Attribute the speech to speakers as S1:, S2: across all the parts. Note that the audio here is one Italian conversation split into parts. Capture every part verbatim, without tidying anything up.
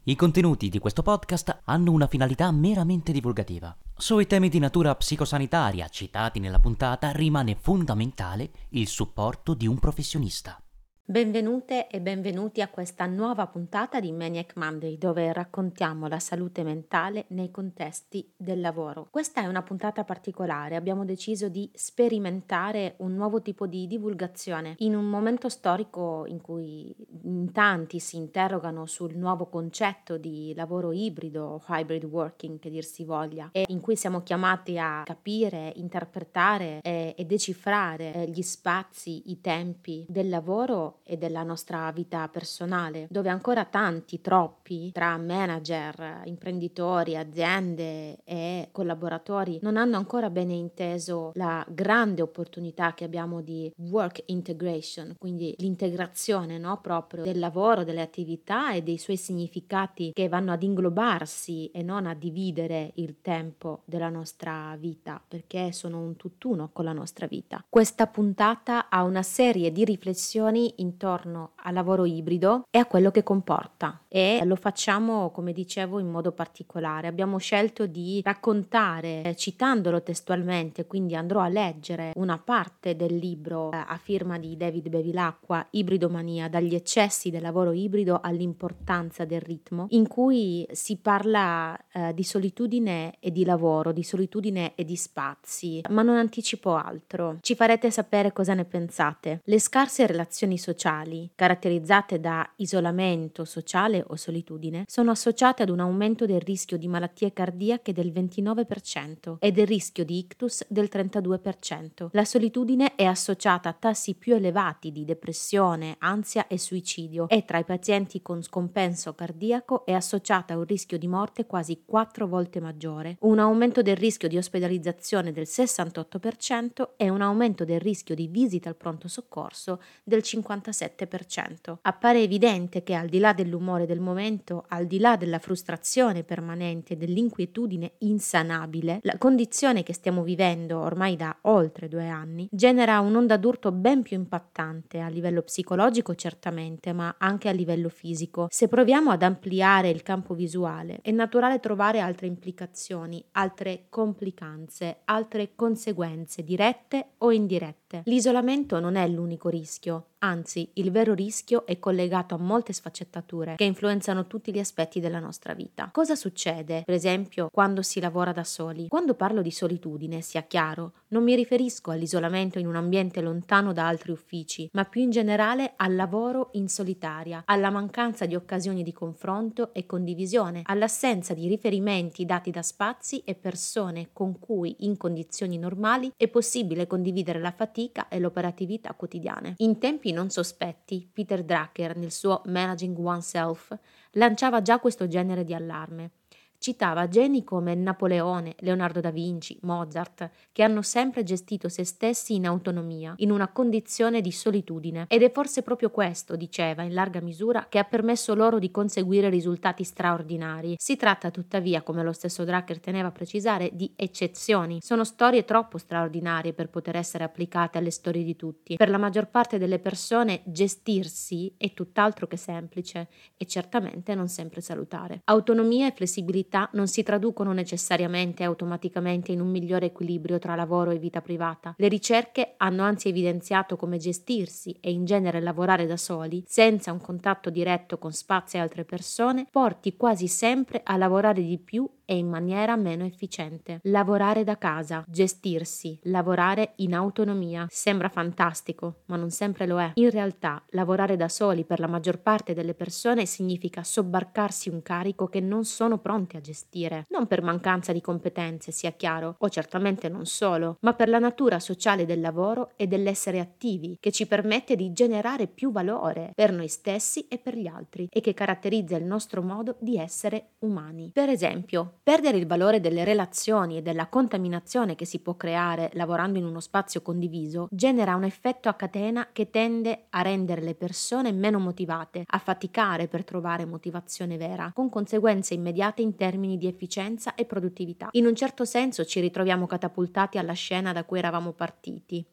S1: I contenuti di questo podcast hanno una finalità meramente divulgativa. Sui temi di natura psicosanitaria citati nella puntata rimane fondamentale il supporto di un professionista.
S2: Benvenute e benvenuti a questa nuova puntata di Maniac Monday, dove raccontiamo la salute mentale nei contesti del lavoro. Questa è una puntata particolare, abbiamo deciso di sperimentare un nuovo tipo di divulgazione in un momento storico in cui in tanti si interrogano sul nuovo concetto di lavoro ibrido o hybrid working, che dir si voglia, e in cui siamo chiamati a capire, interpretare e, e decifrare eh, gli spazi, i tempi del lavoro e della nostra vita personale, dove ancora tanti, troppi, tra manager, imprenditori, aziende e collaboratori non hanno ancora bene inteso la grande opportunità che abbiamo di work integration, quindi l'integrazione, no, proprio del lavoro, delle attività e dei suoi significati che vanno ad inglobarsi e non a dividere il tempo della nostra vita, perché sono un tutt'uno con la nostra vita. Questa puntata ha una serie di riflessioni intorno al lavoro ibrido e a quello che comporta, e lo facciamo, come dicevo, in modo particolare. Abbiamo scelto di raccontare, eh, citandolo testualmente, quindi andrò a leggere una parte del libro eh, a firma di David Bevilacqua, Ibridomania, dagli eccessi del lavoro ibrido all'importanza del ritmo, in cui si parla eh, di solitudine e di lavoro, di solitudine e di spazi, ma non anticipo altro. Ci farete sapere cosa ne pensate. Le scarse relazioni sociali, caratterizzate da isolamento sociale o solitudine, sono associate ad un aumento del rischio di malattie cardiache del ventinove per cento e del rischio di ictus del trentadue per cento. La solitudine è associata a tassi più elevati di depressione, ansia e suicidio, e tra i pazienti con scompenso cardiaco è associata a un rischio di morte quasi quattro volte maggiore, un aumento del rischio di ospedalizzazione del sessantotto per cento e un aumento del rischio di visita al pronto soccorso del cinquantasette per cento. Appare evidente che al di là dell'umore del momento, al di là della frustrazione permanente, dell'inquietudine insanabile, la condizione che stiamo vivendo ormai da oltre due anni genera un'onda d'urto ben più impattante a livello psicologico certamente, ma anche a livello fisico. Se proviamo ad ampliare il campo visuale, è naturale trovare altre implicazioni, altre complicanze, altre conseguenze dirette o indirette. L'isolamento non è l'unico rischio. Anzi, il vero rischio è collegato a molte sfaccettature che influenzano tutti gli aspetti della nostra vita. Cosa succede, per esempio, quando si lavora da soli? Quando parlo di solitudine, sia chiaro, non mi riferisco all'isolamento in un ambiente lontano da altri uffici, ma più in generale al lavoro in solitaria, alla mancanza di occasioni di confronto e condivisione, all'assenza di riferimenti dati da spazi e persone con cui in condizioni normali è possibile condividere la fatica e l'operatività quotidiane. In tempi non sospetti, Peter Drucker, nel suo Managing Oneself, lanciava già questo genere di allarme. Citava geni come Napoleone, Leonardo da Vinci, Mozart, che hanno sempre gestito se stessi in autonomia, in una condizione di solitudine. Ed è forse proprio questo, diceva, in larga misura, che ha permesso loro di conseguire risultati straordinari. Si tratta tuttavia, come lo stesso Drucker teneva a precisare, di eccezioni. Sono storie troppo straordinarie per poter essere applicate alle storie di tutti. Per la maggior parte delle persone gestirsi è tutt'altro che semplice e certamente non sempre salutare. Autonomia e flessibilità non si traducono necessariamente e automaticamente in un migliore equilibrio tra lavoro e vita privata. Le ricerche hanno anzi evidenziato come gestirsi e in genere lavorare da soli, senza un contatto diretto con spazi e altre persone, porti quasi sempre a lavorare di più e in maniera meno efficiente. Lavorare da casa, gestirsi, lavorare in autonomia. Sembra fantastico, ma non sempre lo è. In realtà, lavorare da soli per la maggior parte delle persone significa sobbarcarsi un carico che non sono pronti a gestire. Non per mancanza di competenze, sia chiaro, o certamente non solo, ma per la natura sociale del lavoro e dell'essere attivi, che ci permette di generare più valore per noi stessi e per gli altri, e che caratterizza il nostro modo di essere umani. Per esempio, perdere il valore delle relazioni e della contaminazione che si può creare lavorando in uno spazio condiviso genera un effetto a catena che tende a rendere le persone meno motivate, a faticare per trovare motivazione vera, con conseguenze immediate in termini di efficienza e produttività. In un certo senso ci ritroviamo catapultati alla scena da cui eravamo partiti.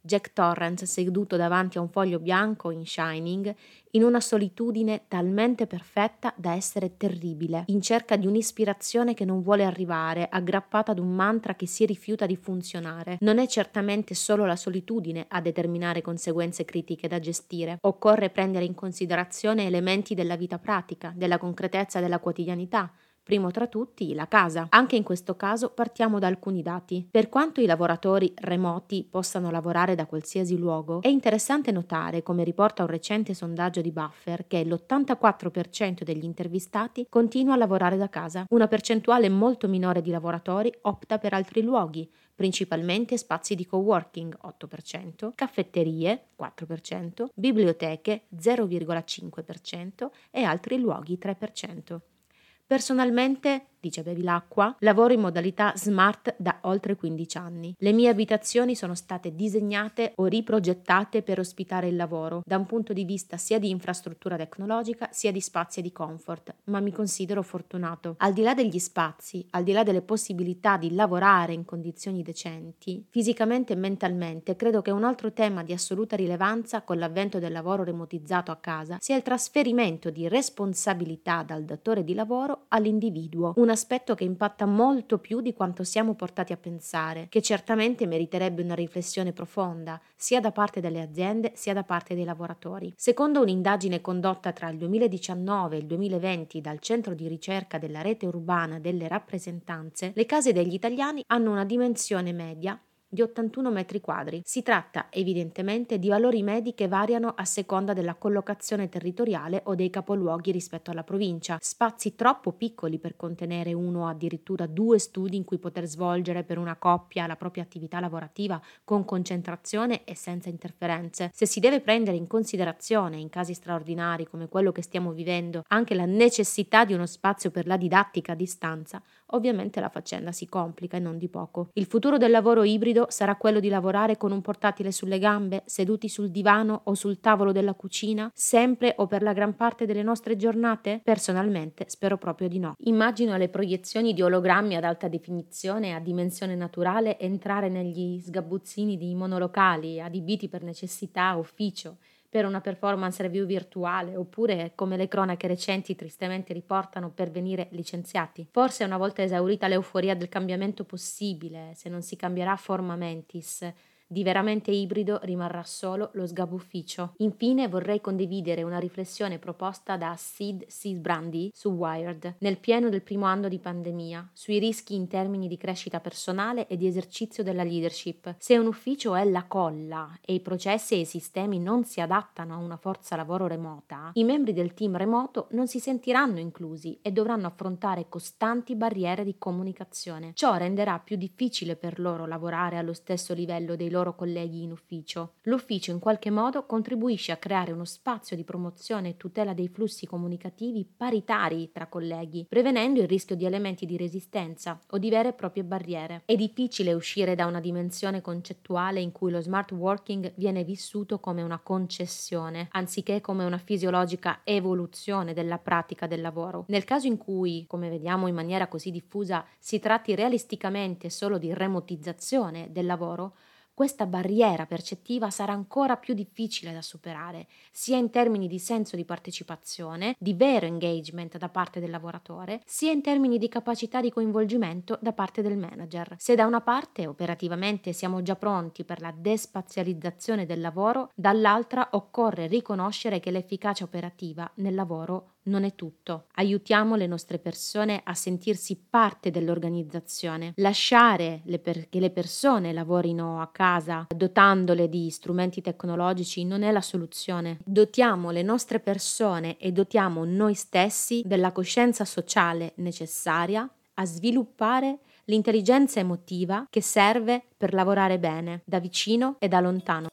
S2: Jack Torrance seduto davanti a un foglio bianco in Shining, in una solitudine talmente perfetta da essere terribile, in cerca di un'ispirazione che non vuole arrivare, aggrappata ad un mantra che si rifiuta di funzionare. Non è certamente solo la solitudine a determinare conseguenze critiche da gestire. Occorre prendere in considerazione elementi della vita pratica, della concretezza della quotidianità, primo tra tutti la casa. Anche in questo caso partiamo da alcuni dati. Per quanto i lavoratori remoti possano lavorare da qualsiasi luogo, è interessante notare, come riporta un recente sondaggio di Buffer, che l'ottantaquattro per cento degli intervistati continua a lavorare da casa. Una percentuale molto minore di lavoratori opta per altri luoghi, principalmente spazi di coworking otto per cento, caffetterie quattro per cento, biblioteche zero virgola cinque per cento e altri luoghi tre per cento. Personalmente, dice Bevilacqua, lavoro in modalità smart da oltre quindici anni. Le mie abitazioni sono state disegnate o riprogettate per ospitare il lavoro, da un punto di vista sia di infrastruttura tecnologica sia di spazi e di comfort, ma mi considero fortunato. Al di là degli spazi, al di là delle possibilità di lavorare in condizioni decenti, fisicamente e mentalmente, credo che un altro tema di assoluta rilevanza con l'avvento del lavoro remotizzato a casa sia il trasferimento di responsabilità dal datore di lavoro all'individuo, un aspetto che impatta molto più di quanto siamo portati a pensare, che certamente meriterebbe una riflessione profonda, sia da parte delle aziende sia da parte dei lavoratori. Secondo un'indagine condotta tra il duemiladiciannove e il duemilaventi dal Centro di ricerca della rete urbana delle rappresentanze, le case degli italiani hanno una dimensione media di ottantuno metri quadri. Si tratta evidentemente di valori medi che variano a seconda della collocazione territoriale o dei capoluoghi rispetto alla provincia, spazi troppo piccoli per contenere uno o addirittura due studi in cui poter svolgere per una coppia la propria attività lavorativa con concentrazione e senza interferenze. Se si deve prendere in considerazione, in casi straordinari come quello che stiamo vivendo, anche la necessità di uno spazio per la didattica a distanza, ovviamente la faccenda si complica e non di poco. Il futuro del lavoro ibrido sarà quello di lavorare con un portatile sulle gambe, seduti sul divano o sul tavolo della cucina, sempre o per la gran parte delle nostre giornate? Personalmente spero proprio di no. Immagino le proiezioni di ologrammi ad alta definizione a dimensione naturale entrare negli sgabuzzini di monolocali adibiti per necessità ufficio, per una performance review virtuale, oppure, come le cronache recenti tristemente riportano, per venire licenziati. Forse una volta esaurita l'euforia del cambiamento possibile, se non si cambierà forma mentis, di veramente ibrido rimarrà solo lo sgabufficio. Infine vorrei condividere una riflessione proposta da Sid Sisbrandi su Wired, nel pieno del primo anno di pandemia, sui rischi in termini di crescita personale e di esercizio della leadership. Se un ufficio è la colla e i processi e i sistemi non si adattano a una forza lavoro remota, i membri del team remoto non si sentiranno inclusi e dovranno affrontare costanti barriere di comunicazione. Ciò renderà più difficile per loro lavorare allo stesso livello dei loro colleghi in ufficio. L'ufficio in qualche modo contribuisce a creare uno spazio di promozione e tutela dei flussi comunicativi paritari tra colleghi, prevenendo il rischio di elementi di resistenza o di vere e proprie barriere. È difficile uscire da una dimensione concettuale in cui lo smart working viene vissuto come una concessione, anziché come una fisiologica evoluzione della pratica del lavoro. Nel caso in cui, come vediamo in maniera così diffusa, si tratti realisticamente solo di remotizzazione del lavoro, questa barriera percettiva sarà ancora più difficile da superare, sia in termini di senso di partecipazione, di vero engagement da parte del lavoratore, sia in termini di capacità di coinvolgimento da parte del manager. Se da una parte operativamente siamo già pronti per la despazializzazione del lavoro, dall'altra occorre riconoscere che l'efficacia operativa nel lavoro non è tutto. Aiutiamo le nostre persone a sentirsi parte dell'organizzazione. Lasciare le per- che le persone lavorino a casa, dotandole di strumenti tecnologici, non è la soluzione. Dotiamo le nostre persone e dotiamo noi stessi della coscienza sociale necessaria a sviluppare l'intelligenza emotiva che serve per lavorare bene, da vicino e da lontano.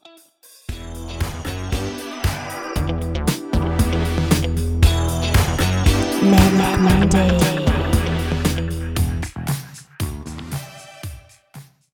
S3: Maniac Monday.